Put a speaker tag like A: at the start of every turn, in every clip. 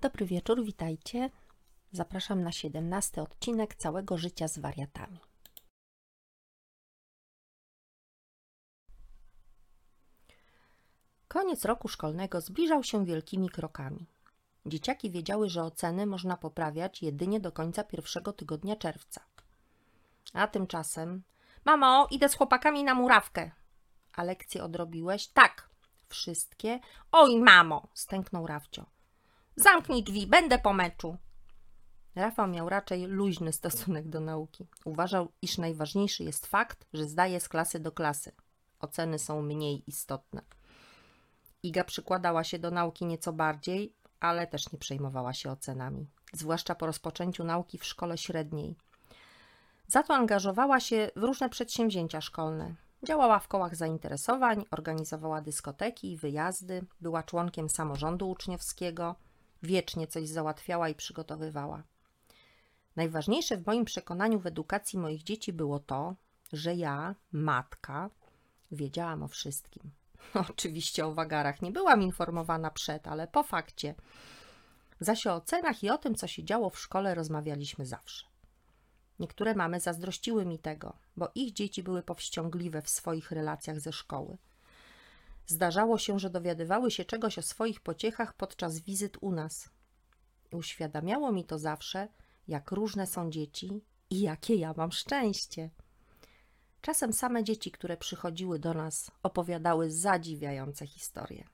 A: Dobry wieczór, witajcie. Zapraszam na 17 odcinek Całego życia z wariatami. Koniec roku szkolnego zbliżał się wielkimi krokami. Dzieciaki wiedziały, że oceny można poprawiać jedynie do końca pierwszego tygodnia czerwca. A tymczasem: mamo, idę z chłopakami na murawkę. A lekcje odrobiłeś? Tak, wszystkie. Oj, mamo, stęknął Rafcio. Zamknij drzwi, będę po meczu. Rafał miał raczej luźny stosunek do nauki. Uważał, iż najważniejszy jest fakt, że zdaje z klasy do klasy. Oceny są mniej istotne. Iga przykładała się do nauki nieco bardziej, ale też nie przejmowała się ocenami, zwłaszcza po rozpoczęciu nauki w szkole średniej. Za to angażowała się w różne przedsięwzięcia szkolne. Działała w kołach zainteresowań, organizowała dyskoteki i wyjazdy, była członkiem samorządu uczniowskiego, wiecznie coś załatwiała i przygotowywała. Najważniejsze w moim przekonaniu w edukacji moich dzieci było to, że ja, matka, wiedziałam o wszystkim. Oczywiście o wagarach nie byłam informowana przed, ale po fakcie. Zaś o ocenach i o tym, co się działo w szkole, rozmawialiśmy zawsze. Niektóre mamy zazdrościły mi tego, bo ich dzieci były powściągliwe w swoich relacjach ze szkoły. Zdarzało się, że dowiadywały się czegoś o swoich pociechach podczas wizyt u nas. Uświadamiało mi to zawsze, jak różne są dzieci i jakie ja mam szczęście. Czasem same dzieci, które przychodziły do nas, opowiadały zadziwiające historie.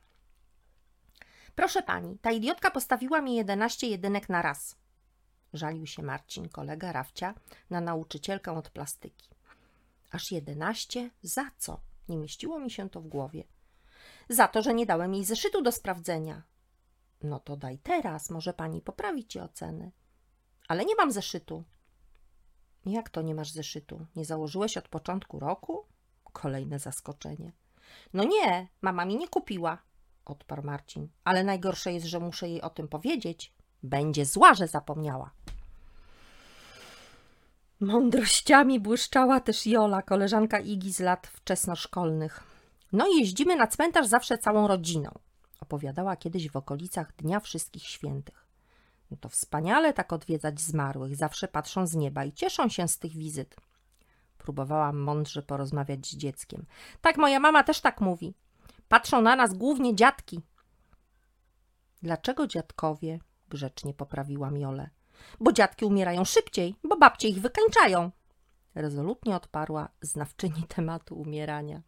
A: Proszę pani, ta idiotka postawiła mi 11 jedynek na raz. Żalił się Marcin, kolega Rafcia, na nauczycielkę od plastyki. Aż 11? Za co? Nie mieściło mi się to w głowie. Za to, że nie dałem jej zeszytu do sprawdzenia. No to daj teraz, może pani poprawi ci oceny. Ale nie mam zeszytu. Jak to nie masz zeszytu? Nie założyłeś od początku roku? Kolejne zaskoczenie. No nie, mama mi nie kupiła, odparł Marcin. Ale najgorsze jest, że muszę jej o tym powiedzieć. Będzie zła, że zapomniała. Mądrościami błyszczała też Jola, koleżanka Igi z lat wczesnoszkolnych. No i jeździmy na cmentarz zawsze całą rodziną, opowiadała kiedyś w okolicach Dnia Wszystkich Świętych. No to wspaniale tak odwiedzać zmarłych, zawsze patrzą z nieba i cieszą się z tych wizyt. Próbowałam mądrze porozmawiać z dzieckiem. Tak, moja mama też tak mówi. Patrzą na nas głównie dziadki. Dlaczego dziadkowie? Grzecznie poprawiłam Jolę. Bo dziadki umierają szybciej, bo babcie ich wykańczają. Rezolutnie odparła znawczyni tematu umierania.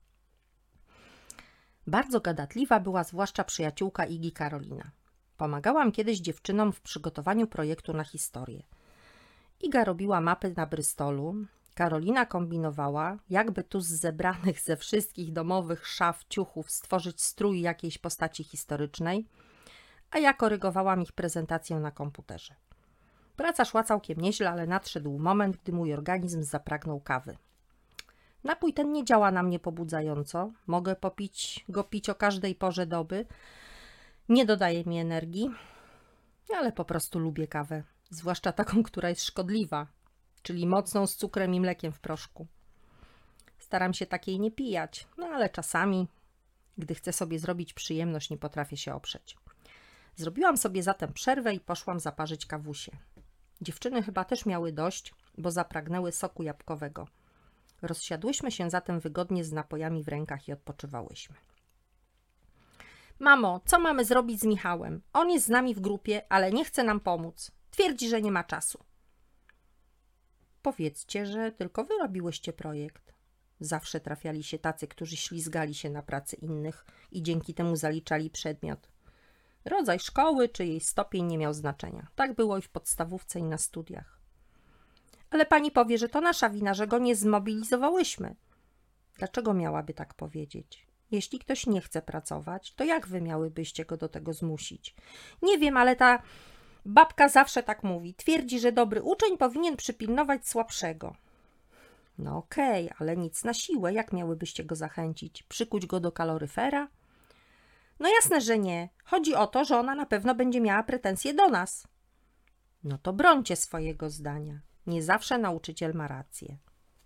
A: Bardzo gadatliwa była zwłaszcza przyjaciółka Igi Karolina. Pomagałam kiedyś dziewczynom w przygotowaniu projektu na historię. Iga robiła mapy na Brystolu, Karolina kombinowała, jakby tu z zebranych ze wszystkich domowych szaf, ciuchów stworzyć strój jakiejś postaci historycznej, a ja korygowałam ich prezentację na komputerze. Praca szła całkiem nieźle, ale nadszedł moment, gdy mój organizm zapragnął kawy. Napój ten nie działa na mnie pobudzająco, mogę pić o każdej porze doby, nie dodaje mi energii, ale po prostu lubię kawę, zwłaszcza taką, która jest szkodliwa, czyli mocną z cukrem i mlekiem w proszku. Staram się takiej nie pijać, no ale czasami, gdy chcę sobie zrobić przyjemność, nie potrafię się oprzeć. Zrobiłam sobie zatem przerwę i poszłam zaparzyć kawusię. Dziewczyny chyba też miały dość, bo zapragnęły soku jabłkowego. Rozsiadłyśmy się zatem wygodnie z napojami w rękach i odpoczywałyśmy. Mamo, co mamy zrobić z Michałem? On jest z nami w grupie, ale nie chce nam pomóc. Twierdzi, że nie ma czasu. Powiedzcie, że tylko wy robiłyście projekt. Zawsze trafiali się tacy, którzy ślizgali się na pracy innych i dzięki temu zaliczali przedmiot. Rodzaj szkoły czy jej stopień nie miał znaczenia. Tak było i w podstawówce i na studiach. Ale pani powie, że to nasza wina, że go nie zmobilizowałyśmy. Dlaczego miałaby tak powiedzieć? Jeśli ktoś nie chce pracować, to jak wy miałybyście go do tego zmusić? Nie wiem, ale ta babka zawsze tak mówi. Twierdzi, że dobry uczeń powinien przypilnować słabszego. No okej, ale nic na siłę. Jak miałybyście go zachęcić? Przykuć go do kaloryfera? No jasne, że nie. Chodzi o to, że ona na pewno będzie miała pretensje do nas. No to brońcie swojego zdania. Nie zawsze nauczyciel ma rację.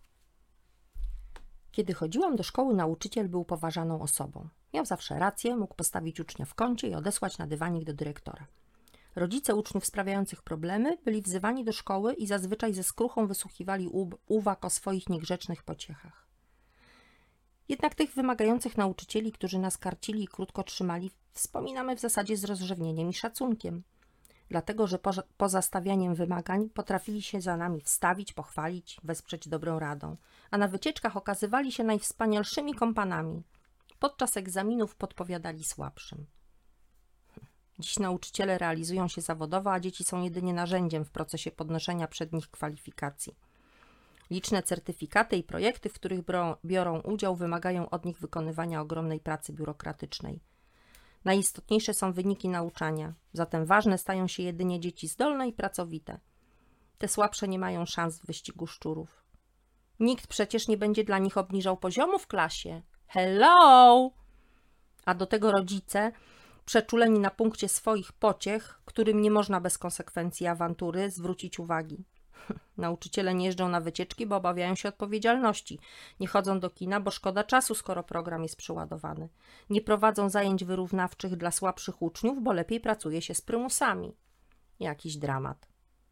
A: Kiedy chodziłam do szkoły, nauczyciel był poważaną osobą. Miał zawsze rację, mógł postawić ucznia w kącie i odesłać na dywanik do dyrektora. Rodzice uczniów sprawiających problemy byli wzywani do szkoły i zazwyczaj ze skruchą wysłuchiwali uwag o swoich niegrzecznych pociechach. Jednak tych wymagających nauczycieli, którzy nas karcili i krótko trzymali, wspominamy w zasadzie z rozrzewnieniem i szacunkiem. Dlatego, że poza stawianiem wymagań potrafili się za nami wstawić, pochwalić, wesprzeć dobrą radą, a na wycieczkach okazywali się najwspanialszymi kompanami. Podczas egzaminów podpowiadali słabszym. Dziś nauczyciele realizują się zawodowo, a dzieci są jedynie narzędziem w procesie podnoszenia przed nich kwalifikacji. Liczne certyfikaty i projekty, w których biorą udział, wymagają od nich wykonywania ogromnej pracy biurokratycznej. Najistotniejsze są wyniki nauczania, zatem ważne stają się jedynie dzieci zdolne i pracowite. Te słabsze nie mają szans w wyścigu szczurów. Nikt przecież nie będzie dla nich obniżał poziomu w klasie. Hello! A do tego rodzice, przeczuleni na punkcie swoich pociech, którym nie można bez konsekwencji awantury zwrócić uwagi. Nauczyciele nie jeżdżą na wycieczki, bo obawiają się odpowiedzialności. Nie chodzą do kina, bo szkoda czasu, skoro program jest przeładowany. Nie prowadzą zajęć wyrównawczych dla słabszych uczniów, bo lepiej pracuje się z prymusami. Jakiś dramat.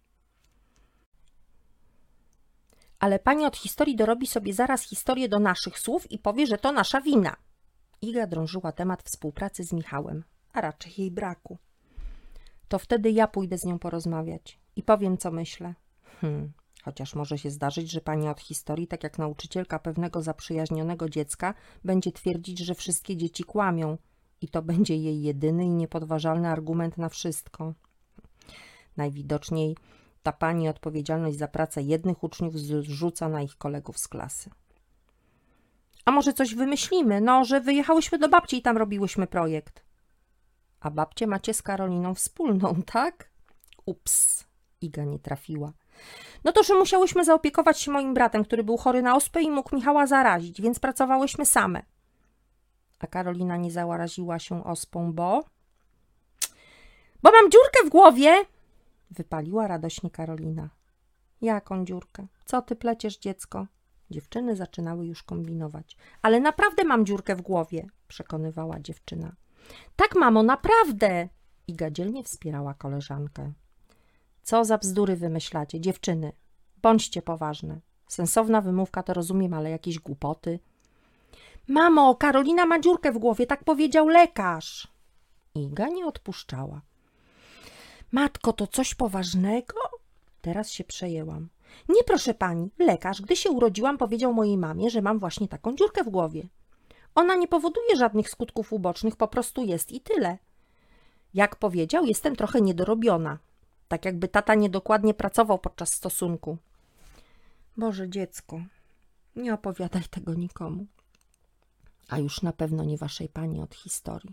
A: Ale pani od historii dorobi sobie zaraz historię do naszych słów i powie, że to nasza wina. Iga drążyła temat współpracy z Michałem, a raczej jej braku. To wtedy ja pójdę z nią porozmawiać i powiem, co myślę. Chociaż może się zdarzyć, że pani od historii, tak jak nauczycielka pewnego zaprzyjaźnionego dziecka, będzie twierdzić, że wszystkie dzieci kłamią i to będzie jej jedyny i niepodważalny argument na wszystko. Najwidoczniej ta pani odpowiedzialność za pracę jednych uczniów zrzuca na ich kolegów z klasy. A może coś wymyślimy? No, że wyjechałyśmy do babci i tam robiłyśmy projekt. A babcię macie z Karoliną wspólną, tak? Ups, Iga nie trafiła. No to, że musiałyśmy zaopiekować się moim bratem, który był chory na ospę i mógł Michała zarazić, więc pracowałyśmy same. A Karolina nie zaraziła się ospą, bo mam dziurkę w głowie! Wypaliła radośnie Karolina. Jaką dziurkę? Co ty pleciesz, dziecko? Dziewczyny zaczynały już kombinować. Ale naprawdę mam dziurkę w głowie, przekonywała dziewczyna. Tak, mamo, naprawdę! Iga dzielnie wspierała koleżankę. Co za bzdury wymyślacie, dziewczyny? Bądźcie poważne. Sensowna wymówka to rozumiem, ale jakieś głupoty. Mamo, Karolina ma dziurkę w głowie, tak powiedział lekarz. Iga nie odpuszczała. Matko, to coś poważnego? Teraz się przejęłam. Nie, proszę pani, lekarz, gdy się urodziłam, powiedział mojej mamie, że mam właśnie taką dziurkę w głowie. Ona nie powoduje żadnych skutków ubocznych, po prostu jest i tyle. Jak powiedział, jestem trochę niedorobiona. Tak jakby tata niedokładnie pracował podczas stosunku. Boże, dziecko, nie opowiadaj tego nikomu. A już na pewno nie waszej pani od historii.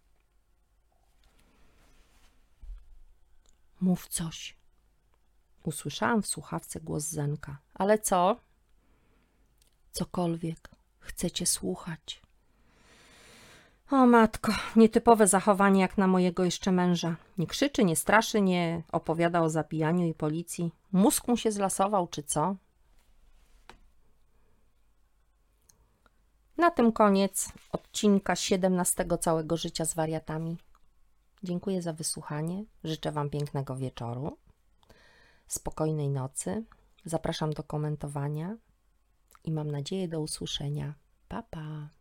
A: Mów coś. Usłyszałam w słuchawce głos Zenka. Ale co? Cokolwiek. Chcecie słuchać. O matko, nietypowe zachowanie jak na mojego jeszcze męża. Nie krzyczy, nie straszy, nie opowiada o zabijaniu i policji. Mózg mu się zlasował, czy co? Na tym koniec odcinka 17 Całego życia z wariatami. Dziękuję za wysłuchanie. Życzę wam pięknego wieczoru, spokojnej nocy. Zapraszam do komentowania i mam nadzieję do usłyszenia. Pa, pa!